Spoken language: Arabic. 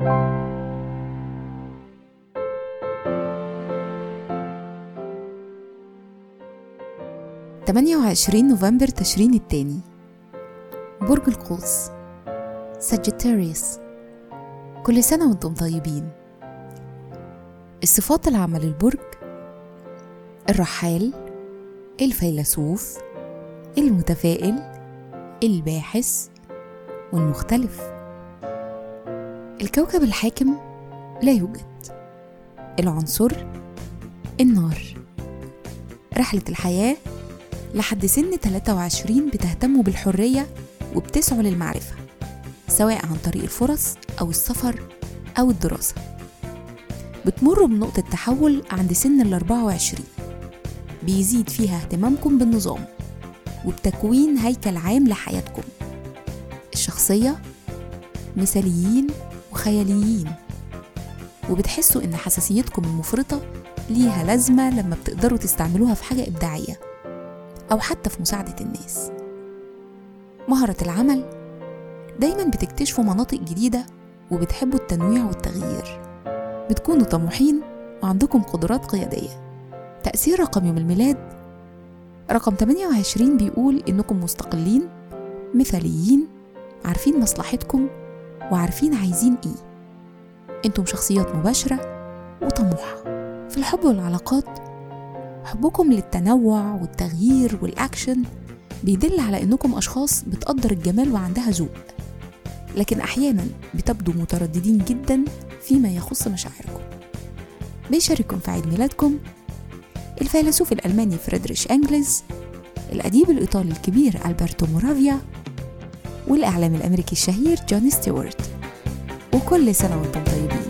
28 نوفمبر تشرين الثاني، برج القوس، ساجيتاريوس. كل سنة وانتم طيبين. الصفات العامة للبرج: الرحال، الفيلسوف، المتفائل، الباحث، والمختلف. الكوكب الحاكم لا يوجد. العنصر: النار. رحلة الحياة لحد سن 23 بتهتموا بالحرية وبتسعوا للمعرفة، سواء عن طريق الفرص أو السفر أو الدراسة. بتمروا بنقطة تحول عند سن 24 بيزيد فيها اهتمامكم بالنظام وبتكوين هيكل عام لحياتكم. الشخصية: مثاليين وخياليين، وبتحسوا إن حساسيتكم المفرطة ليها لازمة لما بتقدروا تستعملوها في حاجة إبداعية أو حتى في مساعدة الناس. مهارة العمل: دايما بتكتشفوا مناطق جديدة وبتحبوا التنويع والتغيير. بتكونوا طموحين وعندكم قدرات قيادية. تأثير رقم يوم الميلاد: رقم 28 بيقول إنكم مستقلين، مثاليين، عارفين مصلحتكم وعارفين عايزين إيه. انتم شخصيات مباشرة وطموحة. في الحب والعلاقات: حبكم للتنوع والتغيير والأكشن بيدل على إنكم أشخاص بتقدر الجمال وعندها ذوق، لكن أحيانا بتبدو مترددين جدا فيما يخص مشاعركم. بيشارككم في عيد ميلادكم الفيلسوف الألماني فريدريش أنجلز، الأديب الإيطالي الكبير ألبرتو مورافيا، والإعلامي الأمريكي الشهير جون ستيوارت. وكل سنة وانتم طيبين.